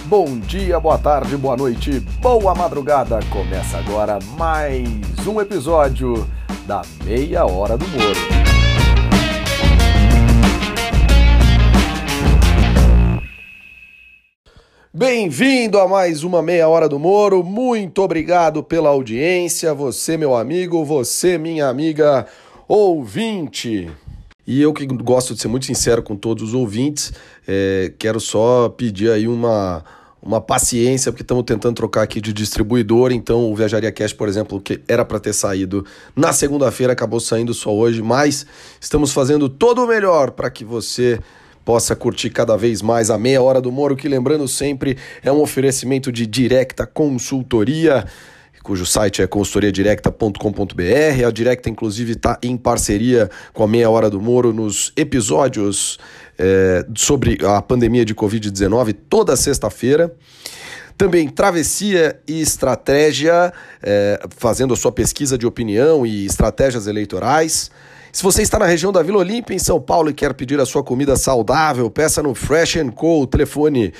bom dia, boa tarde, boa noite, boa madrugada. Começa agora mais um episódio da Meia Hora do Moro. Bem-vindo a mais uma Meia Hora do Moro. Muito obrigado pela audiência, você, meu amigo, você, minha amiga ouvinte. E eu que gosto de ser muito sincero com todos os ouvintes, quero só pedir aí uma paciência, porque estamos tentando trocar aqui de distribuidor. Então o Viajaria Cast, por exemplo, que era para ter saído na segunda-feira, acabou saindo só hoje, mas estamos fazendo todo o melhor para que você possa curtir cada vez mais a Meia Hora do Moro, que, lembrando sempre, é um oferecimento de Directa Consultoria, cujo site é consultoriadirecta.com.br. A Directa, inclusive, está em parceria com a Meia Hora do Moro nos episódios sobre a pandemia de Covid-19, toda sexta-feira. Também Travessia e Estratégia, fazendo a sua pesquisa de opinião e estratégias eleitorais. Se você está na região da Vila Olímpia, em São Paulo, e quer pedir a sua comida saudável, peça no Fresh & Co, telefone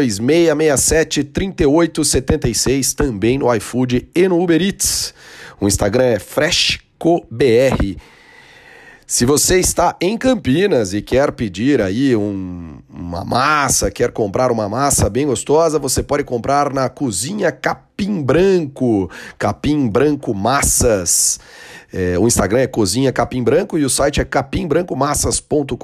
2667-3876, também no iFood e no Uber Eats. O Instagram é FreshCoBR. Se você está em Campinas e quer pedir aí uma massa, quer comprar uma massa bem gostosa, você pode comprar na Cozinha Capim Branco Massas. O Instagram é Cozinha Capim Branco e o site é capimbrancommassas.com.br,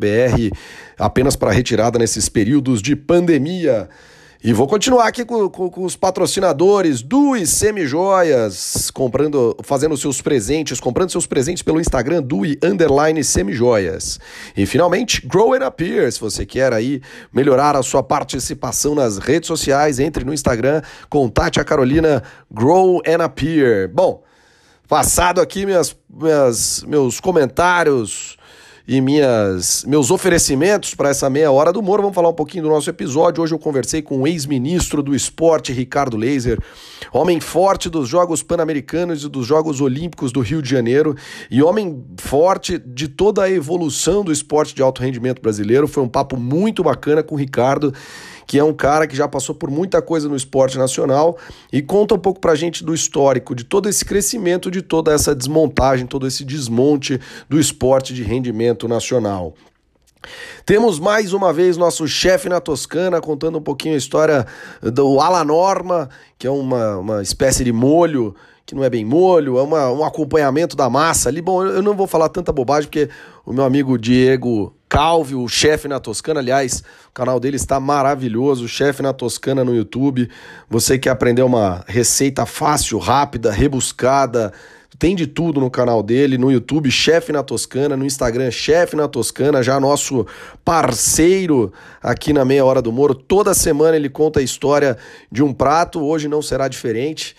apenas para retirada nesses períodos de pandemia. E vou continuar aqui com os patrocinadores do Semijoias, fazendo seus presentes, comprando seus presentes pelo Instagram Dui_Semijoias. E finalmente, Grow and Appear. Se você quer aí melhorar a sua participação nas redes sociais, entre no Instagram, contate a Carolina Grow and Appear. Bom, passado aqui meus comentários e meus oferecimentos para essa Meia Hora do Moro, vamos falar um pouquinho do nosso episódio. Hoje eu conversei com o ex-ministro do Esporte, Ricardo Leyser, homem forte dos Jogos Pan-Americanos e dos Jogos Olímpicos do Rio de Janeiro, e homem forte de toda a evolução do esporte de alto rendimento brasileiro. Foi um papo muito bacana com o Ricardo, que é um cara que já passou por muita coisa no esporte nacional e conta um pouco pra gente do histórico, de todo esse crescimento, de toda essa desmontagem, todo esse desmonte do esporte de rendimento nacional. Temos mais uma vez nosso chefe na Toscana, contando um pouquinho a história do Alla Norma, que é uma espécie de molho, que não é bem molho, é um acompanhamento da massa ali. Bom, eu não vou falar tanta bobagem, porque o meu amigo Diego Calvi, o chefe na Toscana, aliás, o canal dele está maravilhoso, chefe na Toscana no YouTube. Você quer aprender uma receita fácil, rápida, rebuscada, tem de tudo no canal dele, no YouTube, Chefe na Toscana, no Instagram, Chefe na Toscana, já nosso parceiro aqui na Meia Hora do Moro. Toda semana ele conta a história de um prato, hoje não será diferente.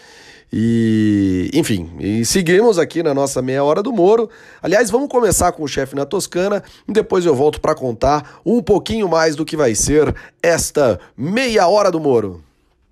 E, enfim, seguimos aqui na nossa Meia Hora do Moro. Aliás, vamos começar com o Chefe na Toscana e depois eu volto para contar um pouquinho mais do que vai ser esta Meia Hora do Moro.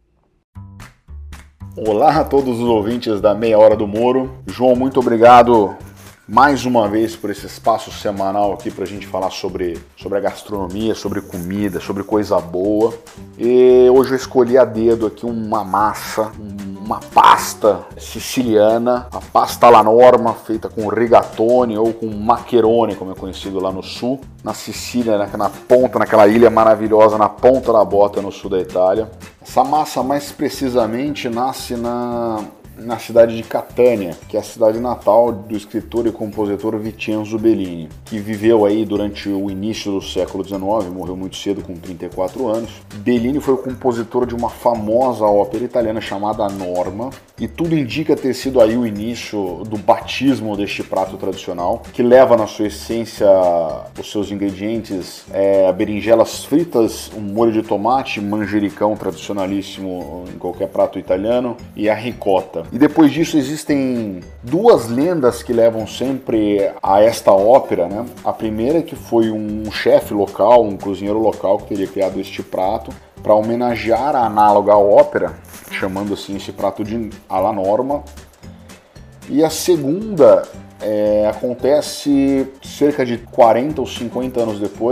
Olá a todos os ouvintes da Meia Hora do Moro. João, muito obrigado mais uma vez por esse espaço semanal aqui para a gente falar sobre a gastronomia, sobre comida, sobre coisa boa. E hoje eu escolhi a dedo aqui uma massa, uma pasta siciliana, a pasta alla norma, feita com rigatoni ou com maccherone, como é conhecido lá no sul, na Sicília, na ponta, naquela ilha maravilhosa, na ponta da bota no sul da Itália. Essa massa, mais precisamente, nasce na cidade de Catânia, que é a cidade natal do escritor e compositor Vincenzo Bellini, que viveu aí durante o início do século XIX, morreu muito cedo, com 34 anos. Bellini foi o compositor de uma famosa ópera italiana chamada Norma, e tudo indica ter sido aí o início do batismo deste prato tradicional, que leva na sua essência os seus ingredientes, berinjelas fritas, um molho de tomate, manjericão tradicionalíssimo em qualquer prato italiano, e a ricota. E depois disso existem duas lendas que levam sempre a esta ópera, né? A primeira é que foi um chefe local, um cozinheiro local que teria criado este prato para homenagear a análoga à ópera, chamando assim esse prato de alla norma. E a segunda acontece cerca de 40 ou 50 anos depois,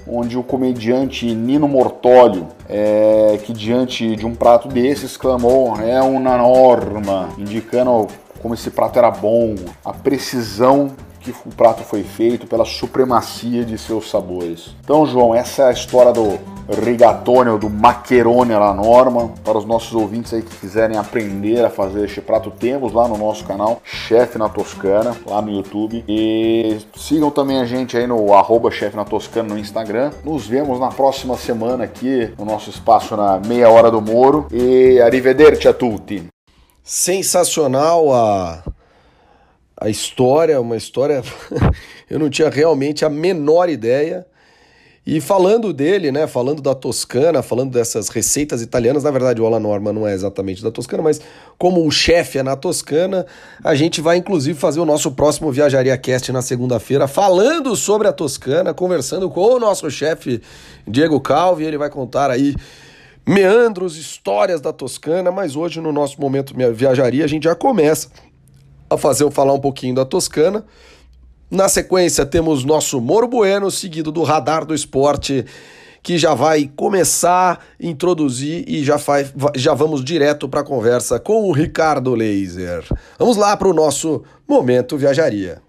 onde o comediante Nino Mortólio, que diante de um prato desse exclamou: é uma norma, indicando como esse prato era bom, a precisão que o prato foi feito, pela supremacia de seus sabores. Então, João, essa é a história do rigatone ou do maccherone alla norma. Para os nossos ouvintes aí que quiserem aprender a fazer este prato, temos lá no nosso canal Chefe na Toscana, lá no YouTube. E sigam também a gente aí no @Chefe na Toscana no Instagram. Nos vemos na próxima semana aqui no nosso espaço na Meia Hora do Moro. E arrivederci a tutti. Sensacional a história, uma história eu não tinha realmente a menor ideia. E falando dele, né, falando da Toscana, falando dessas receitas italianas, na verdade o alla norma não é exatamente da Toscana, mas como o chefe é na Toscana, a gente vai inclusive fazer o nosso próximo Viajaria Cast na segunda-feira, falando sobre a Toscana, conversando com o nosso chefe Diego Calvi. Ele vai contar aí meandros, histórias da Toscana, mas hoje no nosso momento Viajaria a gente já começa a falar um pouquinho da Toscana. Na sequência temos nosso Moro Bueno, seguido do Radar do Esporte, que já vai começar a introduzir e já vamos direto para a conversa com o Ricardo Laser. Vamos lá para o nosso Momento Viajaria.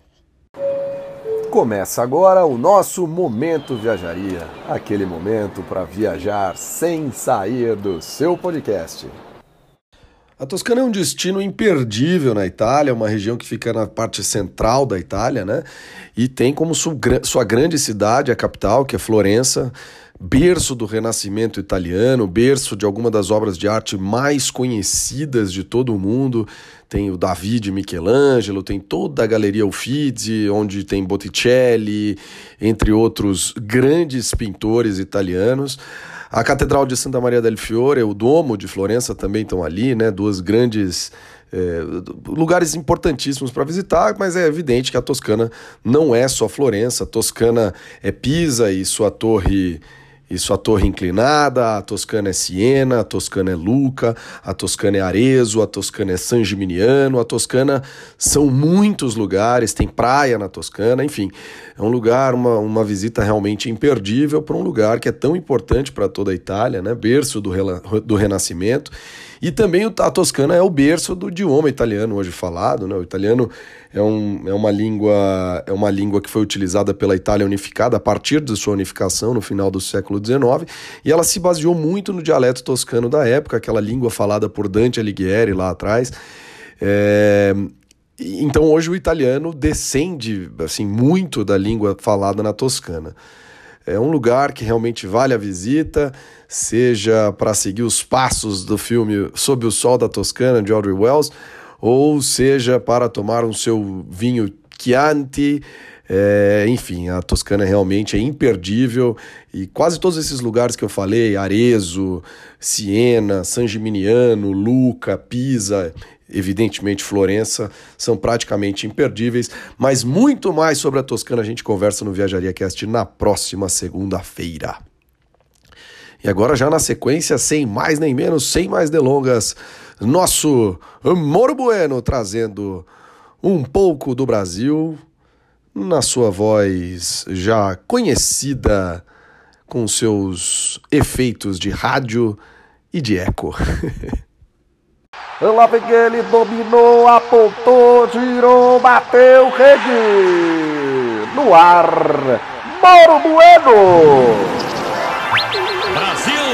Começa agora o nosso Momento Viajaria, aquele momento para viajar sem sair do seu podcast. A Toscana é um destino imperdível na Itália, uma região que fica na parte central da Itália, né? E tem como sua grande cidade, a capital, que é Florença, berço do Renascimento italiano, berço de algumas das obras de arte mais conhecidas de todo o mundo. Tem o Davi de Michelangelo, tem toda a Galeria Uffizi, onde tem Botticelli, entre outros grandes pintores italianos. A Catedral de Santa Maria del Fiore, o Duomo de Florença também estão ali, né? Duas grandes lugares importantíssimos para visitar, mas é evidente que a Toscana não é só Florença. A Toscana é Pisa e sua torre inclinada, a Toscana é Siena, a Toscana é Lucca, a Toscana é Arezzo, a Toscana é San Gimignano, a Toscana são muitos lugares, tem praia na Toscana, enfim, é um lugar, uma visita realmente imperdível para um lugar que é tão importante para toda a Itália, né? Berço do Renascimento. E também a Toscana é o berço do idioma italiano hoje falado, né? O italiano é uma língua que foi utilizada pela Itália unificada a partir de sua unificação no final do século XIX, e ela se baseou muito no dialeto toscano da época, aquela língua falada por Dante Alighieri lá atrás. Então hoje o italiano descende assim, muito da língua falada na Toscana. É um lugar que realmente vale a visita, seja para seguir os passos do filme Sob o Sol da Toscana, de Audrey Wells, ou seja para tomar um seu vinho Chianti. Enfim, a Toscana realmente é imperdível, e quase todos esses lugares que eu falei, Arezzo, Siena, San Gimignano, Lucca, Pisa, evidentemente Florença, são praticamente imperdíveis, mas muito mais sobre a Toscana a gente conversa no Viajaria Cast na próxima segunda-feira. E agora já na sequência, sem mais nem menos, sem mais delongas, nosso Moro Bueno trazendo um pouco do Brasil na sua voz já conhecida com seus efeitos de rádio e de eco. Lá vem ele, dominou, apontou, girou, bateu, rede! No ar, Moro Bueno! Brasil!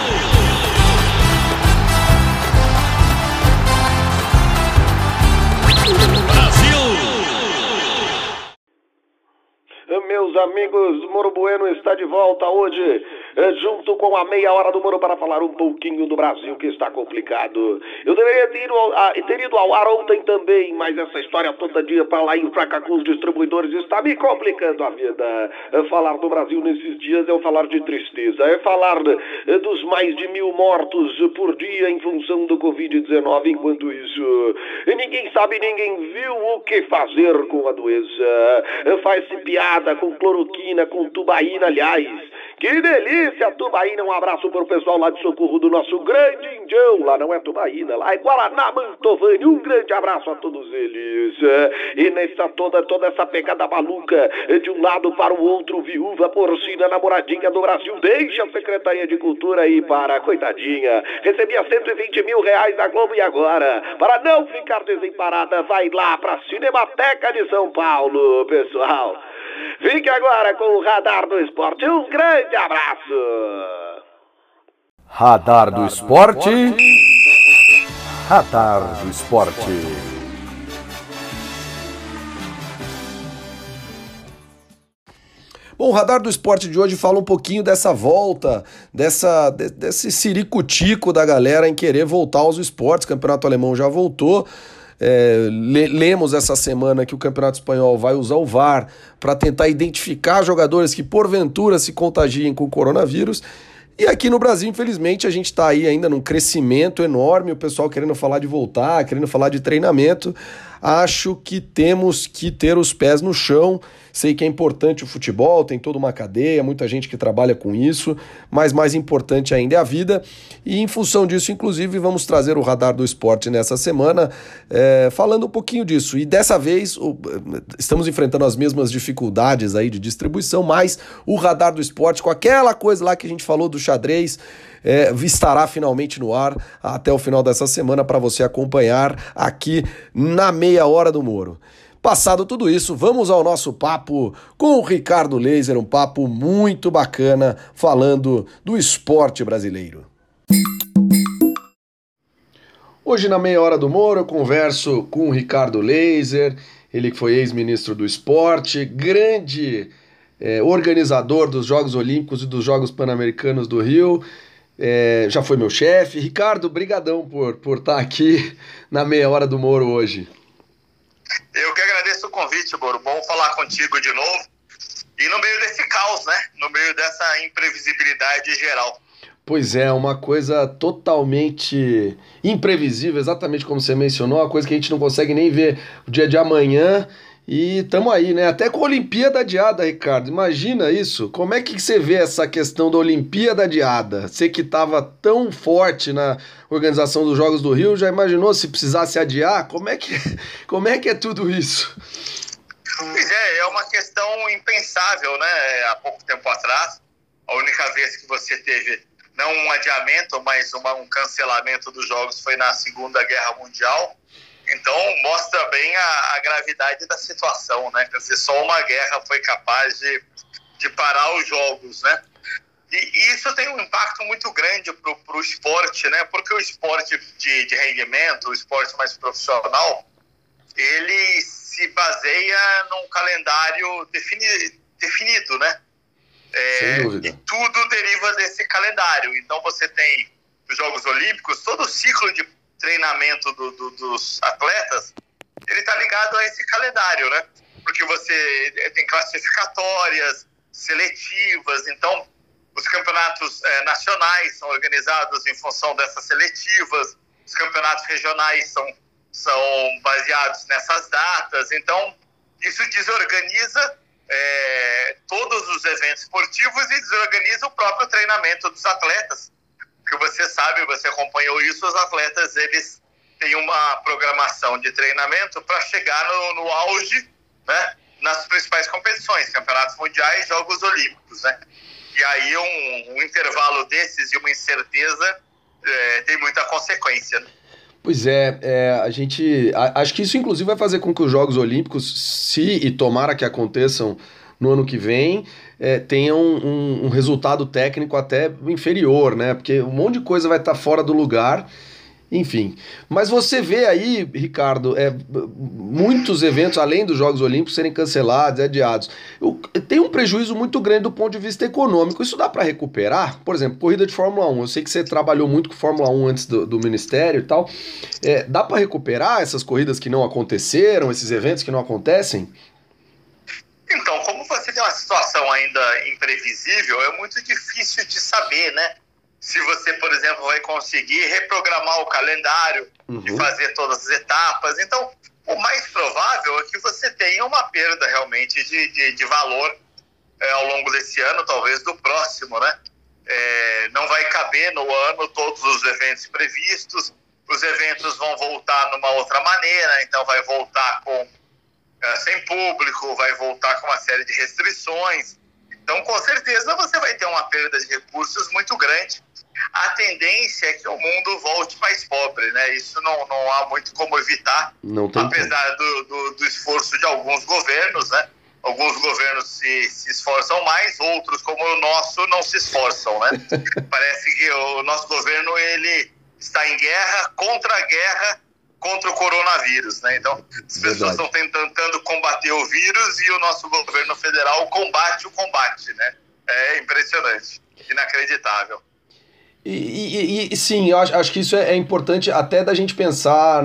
Meus amigos, Moro Bueno está de volta hoje, junto com a Meia Hora do Moro, para falar um pouquinho do Brasil, que está complicado. Eu deveria ter ido ao ar ontem também, mas essa história todo dia para lá e pra cá com os distribuidores está me complicando a vida. Falar do Brasil nesses dias é falar de tristeza, é falar dos mais de 1.000 mortos por dia em função do Covid-19. Enquanto isso, ninguém sabe, ninguém viu o que fazer com a doença. Faz-se piada com cloroquina, com tubaína, aliás, Que delícia, Tubaína. Um abraço para o pessoal lá de Socorro do nosso grande Indião. Lá não é Tubaína, lá é Guaraná, Mantovani. Um grande abraço a todos eles. E nessa toda essa pegada maluca, de um lado para o outro, viúva, porcina, namoradinha do Brasil, deixa a Secretaria de Cultura aí para, coitadinha, recebia 120 mil reais da Globo e agora, para não ficar desemparada, vai lá para a Cinemateca de São Paulo, pessoal. Fique agora com o Radar do Esporte. Um grande abraço. Radar do Esporte. Radar do Esporte. Bom, o Radar do Esporte de hoje fala um pouquinho dessa volta, desse ciricutico da galera em querer voltar aos esportes. O Campeonato Alemão já voltou. Lemos essa semana que o Campeonato Espanhol vai usar o VAR para tentar identificar jogadores que porventura se contagiem com o coronavírus. E aqui no Brasil, infelizmente, a gente está aí ainda num crescimento enorme, o pessoal querendo falar de voltar, querendo falar de treinamento. Acho que temos que ter os pés no chão. Sei que é importante o futebol, tem toda uma cadeia, muita gente que trabalha com isso, mas mais importante ainda é a vida. E em função disso, inclusive, vamos trazer o Radar do Esporte nessa semana, falando um pouquinho disso. E dessa vez, estamos enfrentando as mesmas dificuldades aí de distribuição, mas o Radar do Esporte, com aquela coisa lá que a gente falou do xadrez, estará finalmente no ar até o final dessa semana para você acompanhar aqui na Meia Hora do Moro. Passado tudo isso, vamos ao nosso papo com o Ricardo Laser, um papo muito bacana falando do esporte brasileiro. Hoje na Meia Hora do Moro eu converso com o Ricardo Laser, ele que foi ex-ministro do esporte, grande organizador dos Jogos Olímpicos e dos Jogos Pan-Americanos do Rio, já foi meu chefe. Ricardo, brigadão por estar aqui na Meia Hora do Moro hoje. Eu que agradeço o convite, Moro. Bom falar contigo de novo. E no meio desse caos, né? No meio dessa imprevisibilidade geral. Pois é, uma coisa totalmente imprevisível, exatamente como você mencionou, uma coisa que a gente não consegue nem ver o dia de amanhã. E estamos aí, né? Até com a Olimpíada adiada, Ricardo. Imagina isso. Como é que você vê essa questão da Olimpíada adiada? Você que estava tão forte na organização dos Jogos do Rio, já imaginou se precisasse adiar? Como é que é tudo isso? Pois é uma questão impensável, né? Há pouco tempo atrás, a única vez que você teve, não um adiamento, mas um cancelamento dos Jogos foi na Segunda Guerra Mundial. Então, mostra bem a gravidade da situação, né? Quer dizer, só uma guerra foi capaz de parar os jogos, né? E isso tem um impacto muito grande para o esporte, né? Porque o esporte de rendimento, o esporte mais profissional, ele se baseia num calendário definido, né? Sem dúvida. E tudo deriva desse calendário. Então, você tem os Jogos Olímpicos, todo o ciclo de treinamento dos atletas, ele está ligado a esse calendário, né? Porque você tem classificatórias, seletivas, então os campeonatos nacionais são organizados em função dessas seletivas, os campeonatos regionais são baseados nessas datas, então isso desorganiza todos os eventos esportivos e desorganiza o próprio treinamento dos atletas. Porque você sabe, você acompanhou isso, os atletas eles têm uma programação de treinamento para chegar no auge, né, nas principais competições, campeonatos mundiais, Jogos Olímpicos, né? E aí um intervalo desses e uma incerteza tem muita consequência, né? Pois acho que isso inclusive vai fazer com que os Jogos Olímpicos, e tomara que aconteçam no ano que vem, tenham um resultado técnico até inferior, né? Porque um monte de coisa vai estar fora do lugar, enfim. Mas você vê aí, Ricardo, muitos eventos, além dos Jogos Olímpicos, serem cancelados, adiados. Tem um prejuízo muito grande do ponto de vista econômico. Isso dá para recuperar? Por exemplo, corrida de Fórmula 1. Eu sei que você trabalhou muito com Fórmula 1 antes do Ministério e tal. Dá para recuperar essas corridas que não aconteceram, esses eventos que não acontecem? Então, como você tem uma situação ainda imprevisível, é muito difícil de saber, né? Se você, por exemplo, vai conseguir reprogramar o calendário e fazer todas as etapas. Então, o mais provável é que você tenha uma perda realmente de valor ao longo desse ano, talvez do próximo, né? Não vai caber no ano todos os eventos previstos, os eventos vão voltar numa outra maneira, então vai voltar sem público, vai voltar com uma série de restrições. Então, com certeza, você vai ter uma perda de recursos muito grande. A tendência é que o mundo volte mais pobre, né? Isso não há muito como evitar, apesar do esforço de alguns governos, né? Alguns governos se esforçam mais, outros, como o nosso, não se esforçam, né? Parece que o nosso governo ele está em guerra contra o coronavírus, né? Então, as pessoas estão tentando combater o vírus e o nosso governo federal combate o combate, né? É impressionante, inacreditável. E sim, eu acho que isso é importante até da gente pensar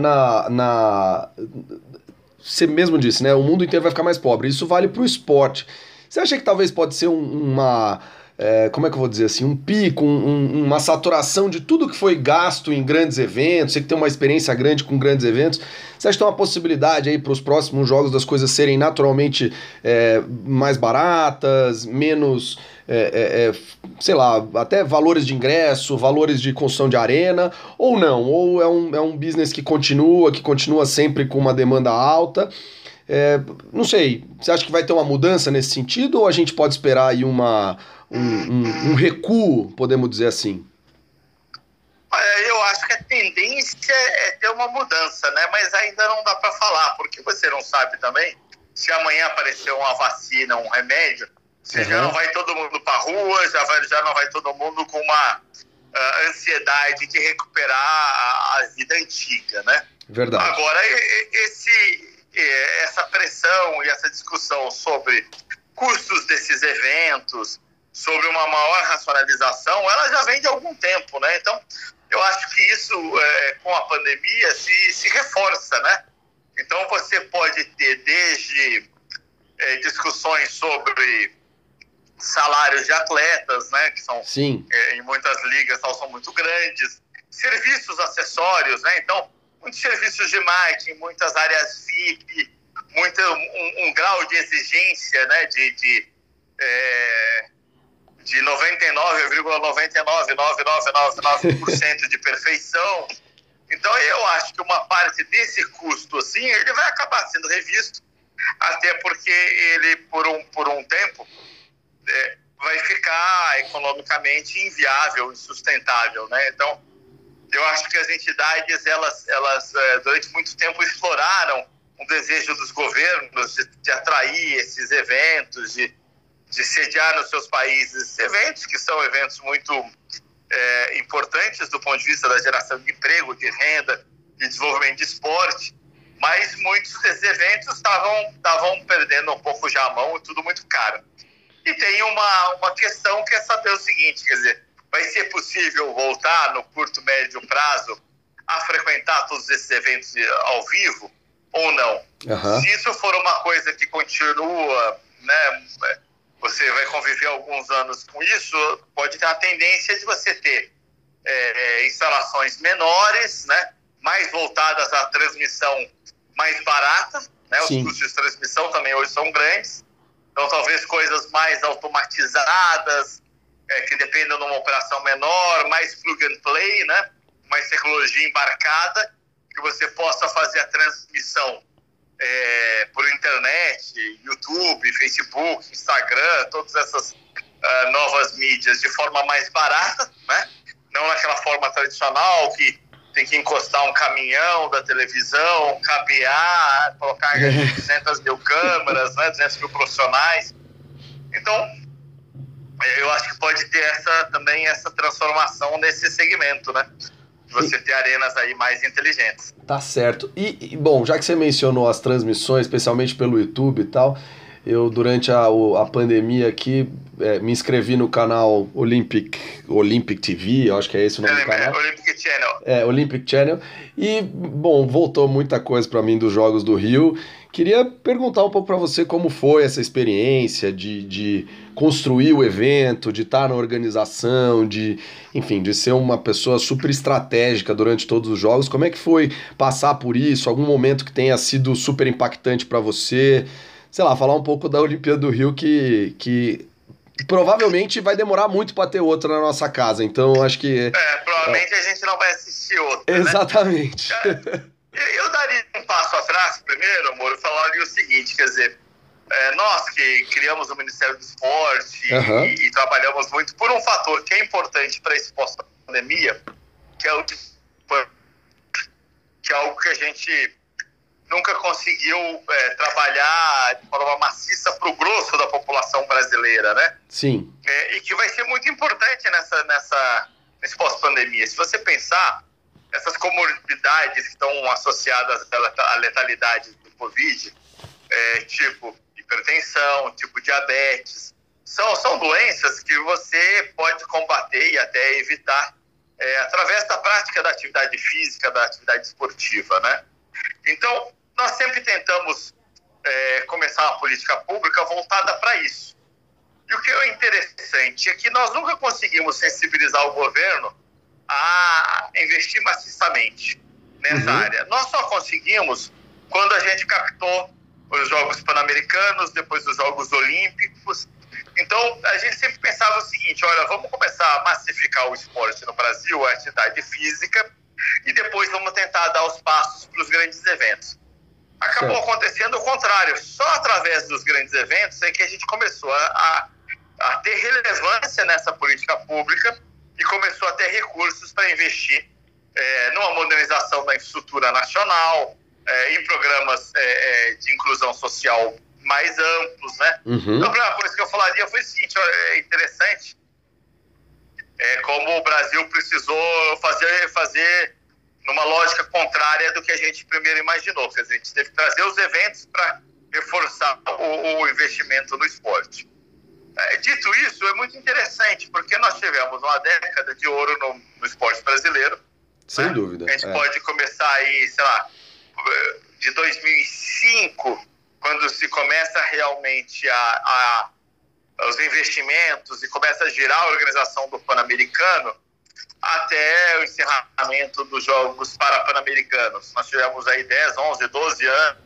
você mesmo disse, né? O mundo inteiro vai ficar mais pobre. Isso vale pro esporte. Você acha que talvez pode ser como é que eu vou dizer assim, um pico, uma saturação de tudo que foi gasto em grandes eventos, você que tem uma experiência grande com grandes eventos, você acha que tem uma possibilidade aí para os próximos jogos das coisas serem naturalmente mais baratas, menos, sei lá, até valores de ingresso, valores de construção de arena, ou não? Ou é um business que continua sempre com uma demanda alta? Não sei, você acha que vai ter uma mudança nesse sentido ou a gente pode esperar aí um recuo, podemos dizer assim? Eu acho que a tendência é ter uma mudança, né? Mas ainda não dá para falar, porque você não sabe também se amanhã aparecer uma vacina, um remédio, já não vai todo mundo para a rua, já não vai todo mundo com uma ansiedade de recuperar a vida antiga, né? Verdade. Agora, essa pressão e essa discussão sobre custos desses eventos, sobre uma maior racionalização, ela já vem de algum tempo, né? Então, eu acho que isso, com a pandemia, se reforça, né? Então, você pode ter desde discussões sobre salários de atletas, né? Que são, em muitas ligas, são muito grandes. Serviços acessórios, né? Então, muitos serviços de marketing, muitas áreas VIP, um grau de exigência, né, de 99,99999% de perfeição. Então, eu acho que uma parte desse custo, assim, ele vai acabar sendo revisto, até porque ele, por um tempo, vai ficar economicamente inviável, insustentável, né? Então, eu acho que as entidades, elas durante muito tempo exploraram um desejo dos governos de atrair esses eventos, de sediar nos seus países eventos que são eventos muito importantes do ponto de vista da geração de emprego, de renda, de desenvolvimento de esporte, mas muitos desses eventos estavam perdendo um pouco já a mão e tudo muito caro. E tem uma questão que é saber o seguinte, quer dizer, vai ser possível voltar no curto, médio prazo a frequentar todos esses eventos ao vivo ou não? Se isso for uma coisa que continua, né, você vai conviver alguns anos com isso, pode ter a tendência de você ter instalações menores, né, mais voltadas à transmissão mais barata, né, os custos de transmissão também hoje são grandes, então talvez coisas mais automatizadas, que dependam de uma operação menor, mais plug and play, né, mais tecnologia embarcada, que você possa fazer a transmissão por internet, YouTube, Facebook, Instagram, todas essas novas mídias de forma mais barata, né? Não naquela forma tradicional que tem que encostar um caminhão da televisão, cabear, colocar 200 mil câmeras, né? 200 mil profissionais. Então, eu acho que pode ter também essa transformação nesse segmento, né? De você ter arenas aí mais inteligentes. Tá certo. E bom, já que você mencionou as transmissões, especialmente pelo YouTube e tal, eu durante a pandemia aqui me inscrevi no canal Olympic TV, eu acho que é esse o nome do canal. Olympic Channel. Olympic Channel. E, bom, voltou muita coisa para mim dos Jogos do Rio. Queria perguntar um pouco para você como foi essa experiência de construir o evento, de estar na organização, enfim, de ser uma pessoa super estratégica durante todos os jogos. Como é que foi passar por isso? Algum momento que tenha sido super impactante para você? sei lá, falar um pouco da Olimpíada do Rio, que provavelmente vai demorar muito para ter outra na nossa casa, então acho que... provavelmente a gente não vai assistir outra, exatamente. Né? Eu daria um passo atrás primeiro, amor, e falaria o seguinte, quer dizer, nós que criamos o Ministério do Esporte e trabalhamos muito por um fator que é importante para esse pós-pandemia, que é algo que a gente nunca conseguiu trabalhar de forma maciça para o grosso da população brasileira, né? Sim. E que vai ser muito importante nesse pós-pandemia. Se você pensar, essas comorbidades que estão associadas à letalidade do Covid, tipo hipertensão, tipo diabetes, são doenças que você pode combater e até evitar através da prática da atividade física, da atividade esportiva, né? Então, nós sempre tentamos começar uma política pública voltada para isso. E o que é interessante é que nós nunca conseguimos sensibilizar o governo a investir maciçamente nessa área. Nós só conseguimos quando a gente captou os Jogos Pan-Americanos, depois os Jogos Olímpicos. Então, a gente sempre pensava o seguinte, olha, vamos começar a massificar o esporte no Brasil, a atividade física, e depois vamos tentar dar os passos para os grandes eventos. Acabou acontecendo o contrário. Só através dos grandes eventos é que a gente começou a ter relevância nessa política pública e começou a ter recursos para investir numa modernização da infraestrutura nacional, em programas de inclusão social mais amplos, né? Então, a primeira coisa que eu falaria foi o seguinte, é interessante como o Brasil precisou fazer numa lógica contrária do que a gente primeiro imaginou. Quer dizer, a gente teve que trazer os eventos para reforçar o investimento no esporte. Dito isso, é muito interessante, porque nós tivemos uma década de ouro no esporte brasileiro. Sem dúvida. A gente pode começar aí, sei lá, de 2005, quando se começa realmente os investimentos e começa a girar a organização do Pan-Americano, até o encerramento dos Jogos Pan-Americanos. Nós tivemos aí 10, 11, 12 anos,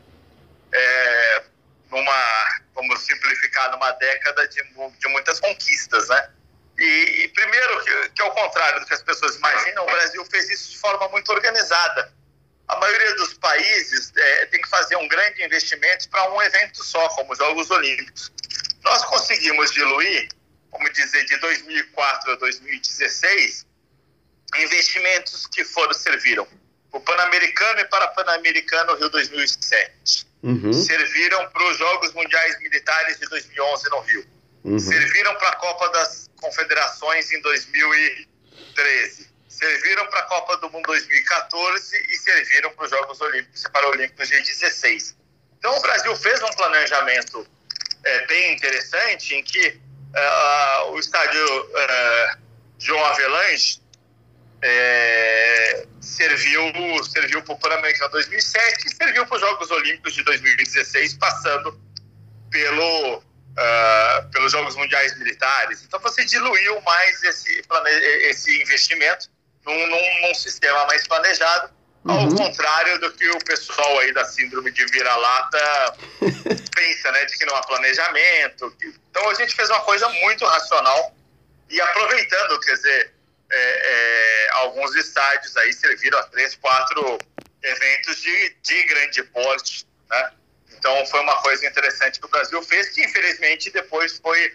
vamos simplificar, numa década de muitas conquistas, né? E primeiro, que ao contrário do que as pessoas imaginam, o Brasil fez isso de forma muito organizada. A maioria dos países tem que fazer um grande investimento para um evento só, como os Jogos Olímpicos. Nós conseguimos diluir, vamos dizer, de 2004 a 2016, investimentos que serviram o Pan-Americano e para Pan-Americano Rio 2007. Serviram para os Jogos Mundiais Militares de 2011 no Rio. Serviram para a Copa das Confederações em 2013. Serviram para a Copa do Mundo 2014 e serviram para os Jogos Olímpicos e Paralímpicos de 2016. Então, o Brasil fez um planejamento bem interessante em que o estádio João Avelange serviu para o Pan-Americano 2007 e serviu para os Jogos Olímpicos de 2016, passando pelos Jogos Mundiais Militares. Então, você diluiu mais esse investimento num sistema mais planejado, ao contrário do que o pessoal aí da síndrome de vira-lata pensa, né, de que não há planejamento. Então, a gente fez uma coisa muito racional e aproveitando, quer dizer, alguns estádios aí serviram a 3, 4 eventos de grande porte, né? Então, foi uma coisa interessante que o Brasil fez, que infelizmente depois foi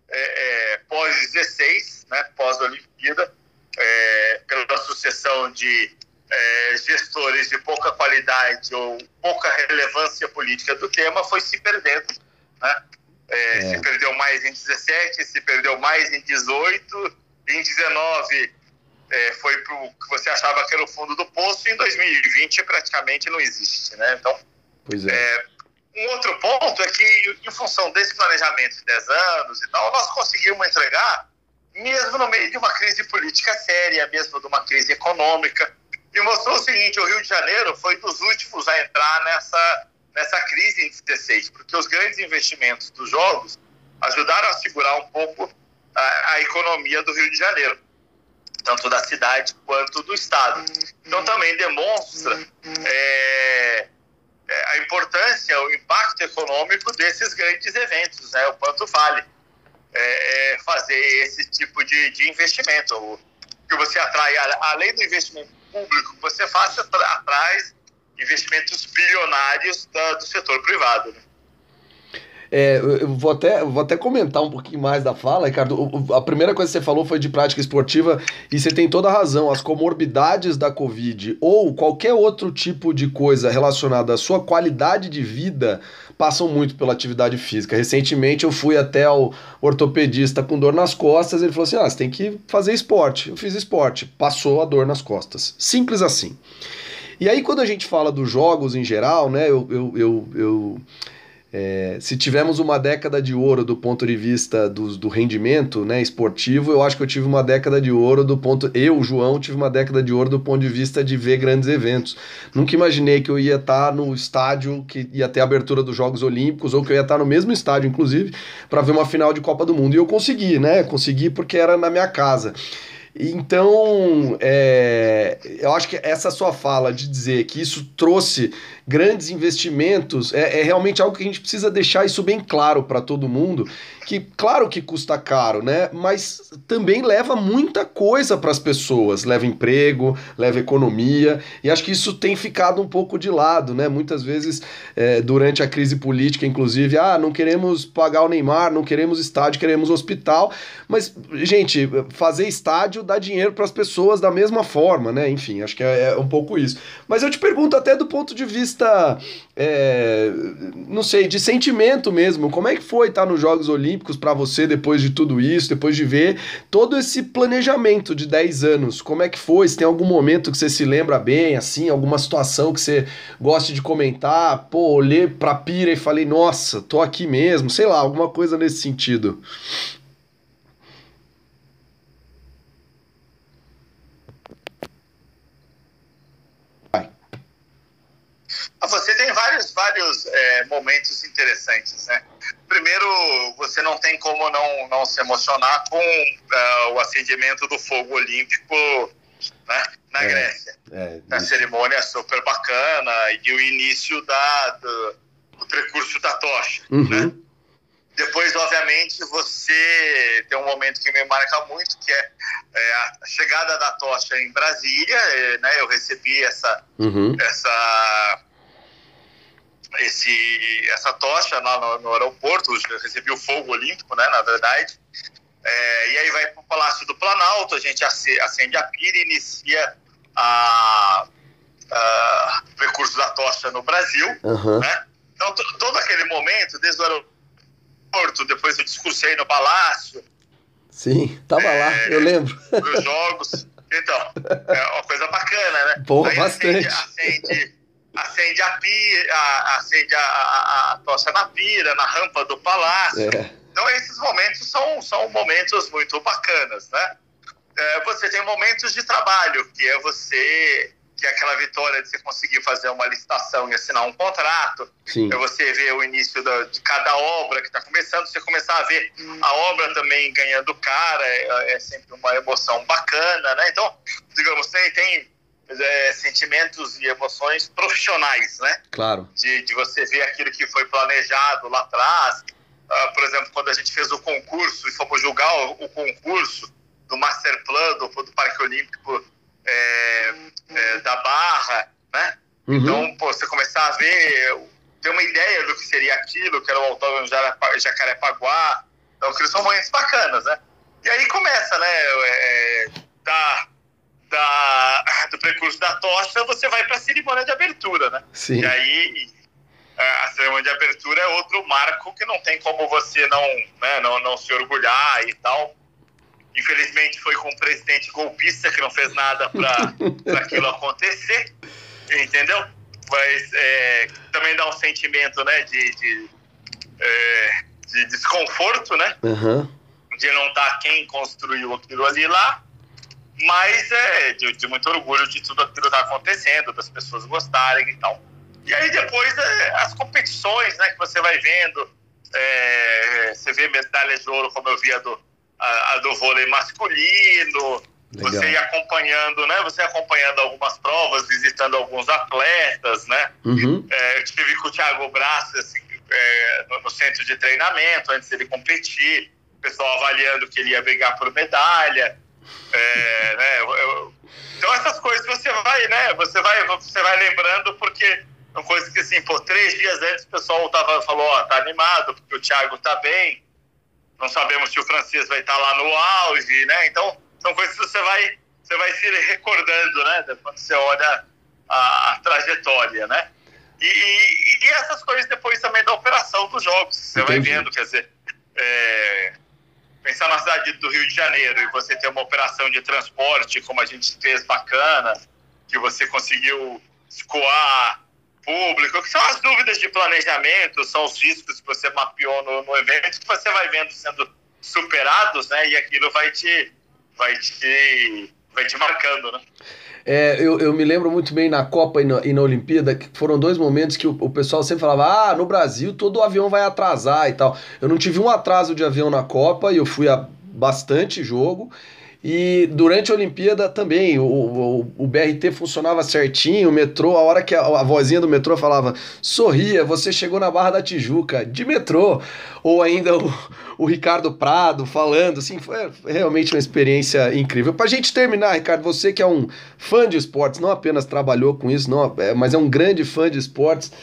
pós-16, né, pós-Olimpíada, pela sucessão de gestores de pouca qualidade ou pouca relevância política do tema, foi se perdendo, né? Se perdeu mais em 17, se perdeu mais em 18, em 19 foi para o que você achava que era o fundo do poço, e em 2020 praticamente não existe, né? Então, pois é. Um outro ponto é que, em função desse planejamento de 10 anos e tal, nós conseguimos entregar, mesmo no meio de uma crise política séria, mesmo de uma crise econômica, e mostrou o seguinte: o Rio de Janeiro foi dos últimos a entrar nessa crise em 2016, porque os grandes investimentos dos Jogos ajudaram a segurar um pouco a economia do Rio de Janeiro, tanto da cidade quanto do estado. Então também demonstra a importância, o impacto econômico desses grandes eventos, né? O quanto vale fazer esse tipo de investimento. Que você atrai, além do investimento público que você faça, atrás investimentos bilionários do setor privado, né? Eu vou até comentar um pouquinho mais da fala, Ricardo. A primeira coisa que você falou foi de prática esportiva e você tem toda a razão. As comorbidades da Covid ou qualquer outro tipo de coisa relacionada à sua qualidade de vida passam muito pela atividade física. Recentemente eu fui até o ortopedista com dor nas costas, ele falou assim, você tem que fazer esporte. Eu fiz esporte, passou a dor nas costas. Simples assim. E aí quando a gente fala dos jogos em geral, né, se tivermos uma década de ouro do ponto de vista do rendimento, né, esportivo, eu acho que eu tive uma década de ouro João, tive uma década de ouro do ponto de vista de ver grandes eventos. Nunca imaginei que eu ia estar no estádio que ia ter a abertura dos Jogos Olímpicos, ou que eu ia estar no mesmo estádio, inclusive, para ver uma final de Copa do Mundo. E eu consegui, né? Consegui porque era na minha casa. Então, eu acho que essa sua fala de dizer que isso trouxe grandes investimentos é realmente algo que a gente precisa deixar isso bem claro para todo mundo, que claro que custa caro, né? Mas também leva muita coisa para as pessoas, leva emprego, leva economia, e acho que isso tem ficado um pouco de lado, né? Muitas vezes, durante a crise política, inclusive, não queremos pagar o Neymar, não queremos estádio, queremos hospital, mas, gente, fazer estádio dá dinheiro para as pessoas da mesma forma, né? Enfim, acho que é um pouco isso. Mas eu te pergunto até do ponto de vista, não sei, de sentimento mesmo, como é que foi estar nos Jogos Olímpicos para você depois de tudo isso, depois de ver todo esse planejamento de 10 anos? Como é que foi? Se tem algum momento que você se lembra bem, assim, alguma situação que você goste de comentar? Pô, olhei pra pira e falei, nossa, tô aqui mesmo, sei lá, alguma coisa nesse sentido. Você tem vários momentos interessantes, né? Primeiro, você não tem como não se emocionar com o acendimento do fogo olímpico, né, na Grécia. A cerimônia é super bacana e o início do percurso da tocha, né? Depois, obviamente, você tem um momento que me marca muito, que é a chegada da tocha em Brasília, né? Eu recebi essa tocha lá no aeroporto, eu recebi o fogo olímpico, né, na verdade, e aí vai para o Palácio do Planalto, a gente acende a pira e inicia o percurso da tocha no Brasil, né? Então todo aquele momento, desde o aeroporto, depois eu discursei no Palácio. Sim, tava lá, eu lembro. Os jogos, então, é uma coisa bacana, né? Porra, aí bastante. Acende a pira, acende a tocha na pira, na rampa do palácio. Então esses momentos são momentos muito bacanas, né? Você tem momentos de trabalho, que é aquela vitória de você conseguir fazer uma licitação e assinar um contrato. Sim. É você ver o início de cada obra que está começando, você começar a ver a obra também ganhando cara, é sempre uma emoção bacana, né? Então, digamos, tem sentimentos e emoções profissionais, né? Claro. De você ver aquilo que foi planejado lá atrás. Por exemplo, quando a gente fez o concurso e fomos julgar o concurso do Master Plan do Parque Olímpico da Barra, né? Então, você começar a ter uma ideia do que seria aquilo, que era o Autódromo Jacarepaguá. Então, aqueles são momentos bacanas, né? E aí começa, né? Do percurso da tocha, você vai para a cerimônia de abertura, né? Sim. E aí a cerimônia de abertura é outro marco que não tem como você não se orgulhar e tal. Infelizmente foi com um presidente golpista que não fez nada para aquilo acontecer, entendeu? Mas também dá um sentimento, né, de desconforto, né? De não estar quem construiu aquilo ali lá. Mas de muito orgulho de tudo aquilo que está acontecendo, das pessoas gostarem e tal. E aí depois as competições, né, que você vai vendo, você vê medalhas de ouro, como eu vi a do vôlei masculino, Legal. Você ia acompanhando, né? Você acompanhando algumas provas, visitando alguns atletas, né? Uhum. Eu tive com o Thiago Braz assim, no centro de treinamento, antes dele competir, o pessoal avaliando que ele ia brigar por medalha. Né? Então essas coisas você vai, né? Você vai lembrando, porque são coisas que assim, 3 dias antes o pessoal falou, tá animado, porque o Thiago tá bem, não sabemos se o francês vai estar lá no auge, né? Então são coisas que você vai se recordando, né? Quando você olha a trajetória, né? E essas coisas depois também da operação dos jogos, você vai vendo, quer dizer, pensar na cidade do Rio de Janeiro e você ter uma operação de transporte como a gente fez bacana, que você conseguiu escoar público, que são as dúvidas de planejamento, são os riscos que você mapeou no evento, que você vai vendo sendo superados, né? E aquilo vai te marcando, né? Eu me lembro muito bem na Copa e na Olimpíada, que foram 2 momentos que o pessoal sempre falava, no Brasil todo avião vai atrasar e tal. Eu não tive um atraso de avião na Copa e eu fui a bastante jogo. E durante a Olimpíada também, o BRT funcionava certinho, o metrô, a hora que a vozinha do metrô falava, sorria, você chegou na Barra da Tijuca, de metrô. Ou ainda o Ricardo Prado falando, assim, foi realmente uma experiência incrível. Pra gente terminar, Ricardo, você que é um fã de esportes, não apenas trabalhou com isso, mas é um grande fã de esportes,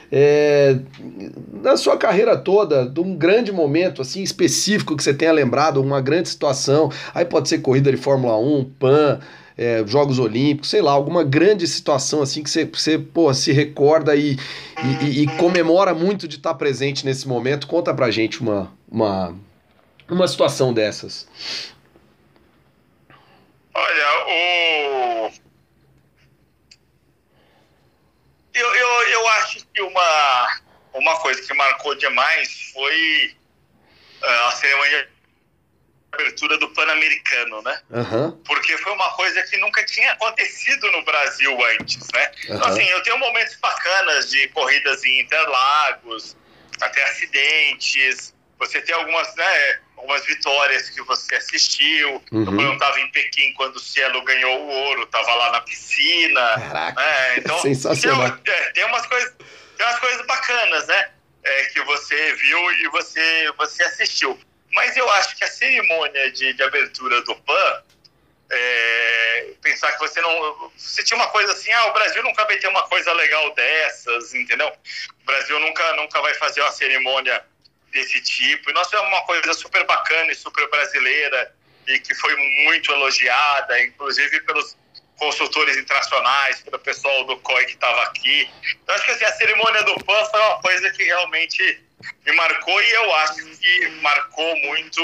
na sua carreira toda, de um grande momento assim específico que você tenha lembrado, uma grande situação, aí pode ser corrida de Fórmula 1, PAN, Jogos Olímpicos, sei lá, alguma grande situação assim que você se recorda e comemora muito de estar presente nesse momento. Conta pra gente uma situação dessas. Olha, eu acho que uma coisa que marcou demais foi a cerimônia de abertura do Pan-Americano, né? Uhum. Porque foi uma coisa que nunca tinha acontecido no Brasil antes, né? Uhum. Então, assim, eu tenho momentos bacanas de corridas em Interlagos, até acidentes, você tem algumas vitórias que você assistiu. Uhum. Eu não estava em Pequim quando o Cielo ganhou o ouro, estava lá na piscina. Caraca, né? Então, sensacional. Tem umas coisas bacanas, né? Que você viu e você assistiu. Mas eu acho que a cerimônia de abertura do PAN, pensar que você tinha uma coisa assim, o Brasil nunca vai ter uma coisa legal dessas, entendeu? O Brasil nunca vai fazer uma cerimônia desse tipo. E nós tivemos uma coisa super bacana e super brasileira e que foi muito elogiada, inclusive pelos consultores internacionais, pelo pessoal do COI que estava aqui. Então, acho que assim, a cerimônia do PAN foi uma coisa que realmente me marcou e eu acho que marcou muito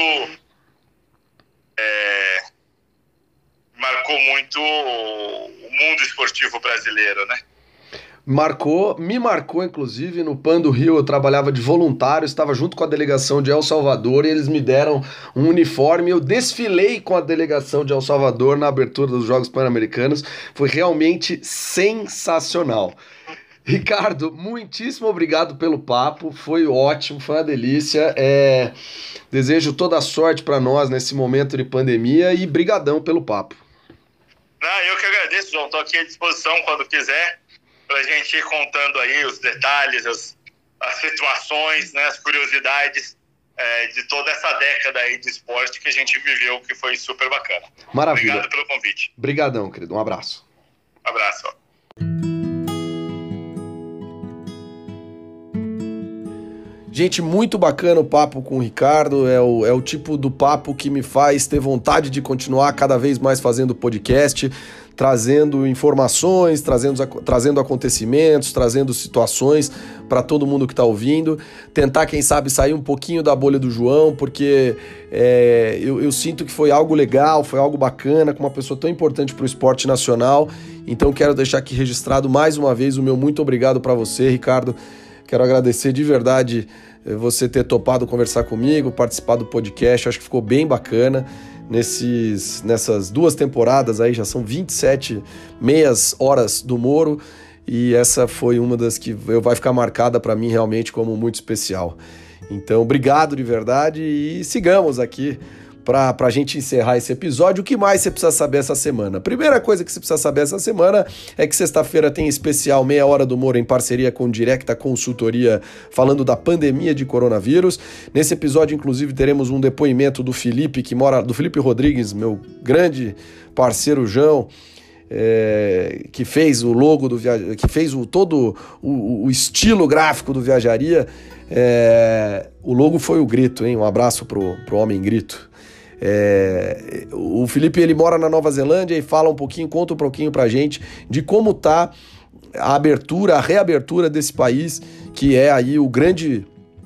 o mundo esportivo brasileiro, né? Me marcou, inclusive, no PAN do Rio, eu trabalhava de voluntário, estava junto com a delegação de El Salvador e eles me deram um uniforme, eu desfilei com a delegação de El Salvador na abertura dos Jogos Pan-Americanos, foi realmente sensacional. Ricardo, muitíssimo obrigado pelo papo, foi ótimo, foi uma delícia, desejo toda a sorte para nós nesse momento de pandemia e brigadão pelo papo. Eu que agradeço, João, estou aqui à disposição quando quiser, para a gente ir contando aí os detalhes, as situações, né, as curiosidades de toda essa década aí de esporte que a gente viveu, que foi super bacana. Maravilha. Obrigado pelo convite. Obrigadão, querido. Um abraço. Abraço. Gente, muito bacana o papo com o Ricardo, é o tipo do papo que me faz ter vontade de continuar cada vez mais fazendo podcast, trazendo informações, trazendo acontecimentos, trazendo situações para todo mundo que está ouvindo, tentar, quem sabe, sair um pouquinho da bolha do João, porque eu sinto que foi algo legal, foi algo bacana, com uma pessoa tão importante para o esporte nacional, então quero deixar aqui registrado mais uma vez o meu muito obrigado para você, Ricardo. Quero agradecer de verdade você ter topado conversar comigo, participar do podcast, acho que ficou bem bacana. Nessas 2 temporadas aí, já são 27 meias horas do Moro, e essa foi uma das que vai ficar marcada para mim realmente como muito especial. Então, obrigado de verdade e sigamos aqui para a gente encerrar esse episódio. O que mais você precisa saber essa semana? A primeira coisa que você precisa saber essa semana é que sexta-feira tem especial Meia Hora do Moro em parceria com Directa Consultoria, falando da pandemia de coronavírus. Nesse episódio, inclusive, teremos um depoimento do Felipe, do Felipe Rodrigues, meu grande parceiro João, que fez o logo do que fez todo o estilo gráfico do Viajaria. O logo foi o Grito, hein? Um abraço pro Homem Grito. O Felipe, ele mora na Nova Zelândia e conta um pouquinho pra gente de como tá a reabertura desse país, que é aí o grande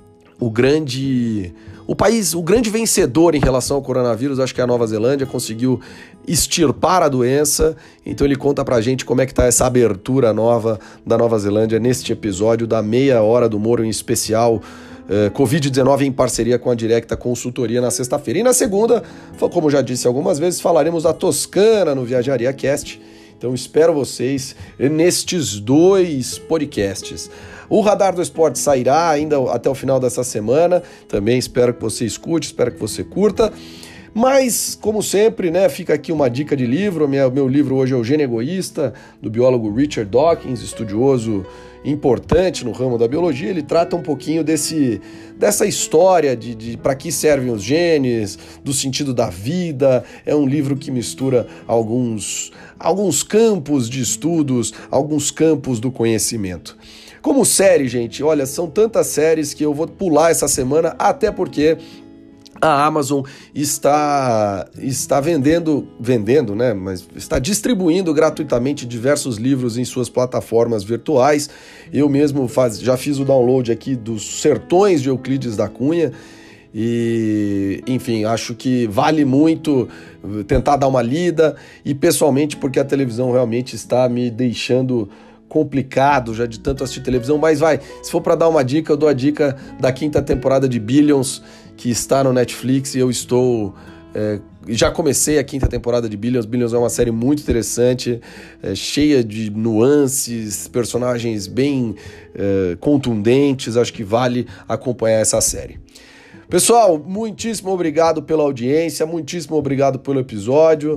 vencedor em relação ao coronavírus. Acho que a Nova Zelândia conseguiu extirpar a doença. Então ele conta pra gente como é que tá essa abertura nova da Nova Zelândia neste episódio da Meia Hora do Moro, em especial Covid-19 em parceria com a Directa Consultoria, na sexta-feira. E na segunda, como já disse algumas vezes, falaremos da Toscana no Viajaria Cast. Então espero vocês nestes 2 podcasts. O Radar do Esporte sairá ainda até o final dessa semana. Também espero que você escute, espero que você curta. Mas, como sempre, né, fica aqui uma dica de livro. Meu livro hoje é O Gênio Egoísta, do biólogo Richard Dawkins, estudioso importante no ramo da biologia. Ele trata um pouquinho dessa história de para que servem os genes, do sentido da vida. É um livro que mistura alguns campos de estudos, alguns campos do conhecimento. Como série, gente, olha, são tantas séries que eu vou pular essa semana, até porque a Amazon está vendendo, né? Mas está distribuindo gratuitamente diversos livros em suas plataformas virtuais. Eu mesmo já fiz o download aqui dos Sertões de Euclides da Cunha. E, enfim, acho que vale muito tentar dar uma lida. E pessoalmente, porque a televisão realmente está me deixando complicado já de tanto assistir televisão. Mas se for para dar uma dica, eu dou a dica da 5ª temporada de Billions, que está no Netflix, e eu já comecei a 5ª temporada de Billions. Billions é uma série muito interessante, cheia de nuances, personagens bem contundentes. Acho que vale acompanhar essa série. Pessoal, muitíssimo obrigado pela audiência, muitíssimo obrigado pelo episódio.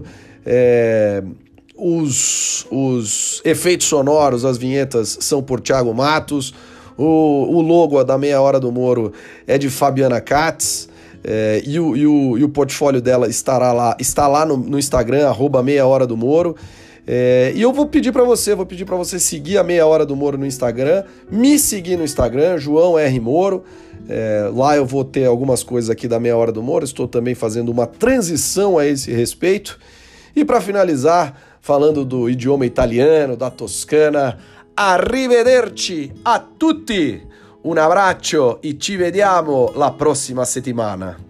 Os efeitos sonoros, as vinhetas, são por Thiago Matos. O logo da Meia Hora do Moro é de Fabiana Katz. E o portfólio dela está lá no Instagram, @Meia Hora do Moro. E eu vou pedir para você seguir a Meia Hora do Moro no Instagram, me seguir no Instagram, João R. Moro. Lá eu vou ter algumas coisas aqui da Meia Hora do Moro. Estou também fazendo uma transição a esse respeito. E para finalizar, falando do idioma italiano, da Toscana, arrivederci a tutti, un abbraccio e ci vediamo la prossima settimana.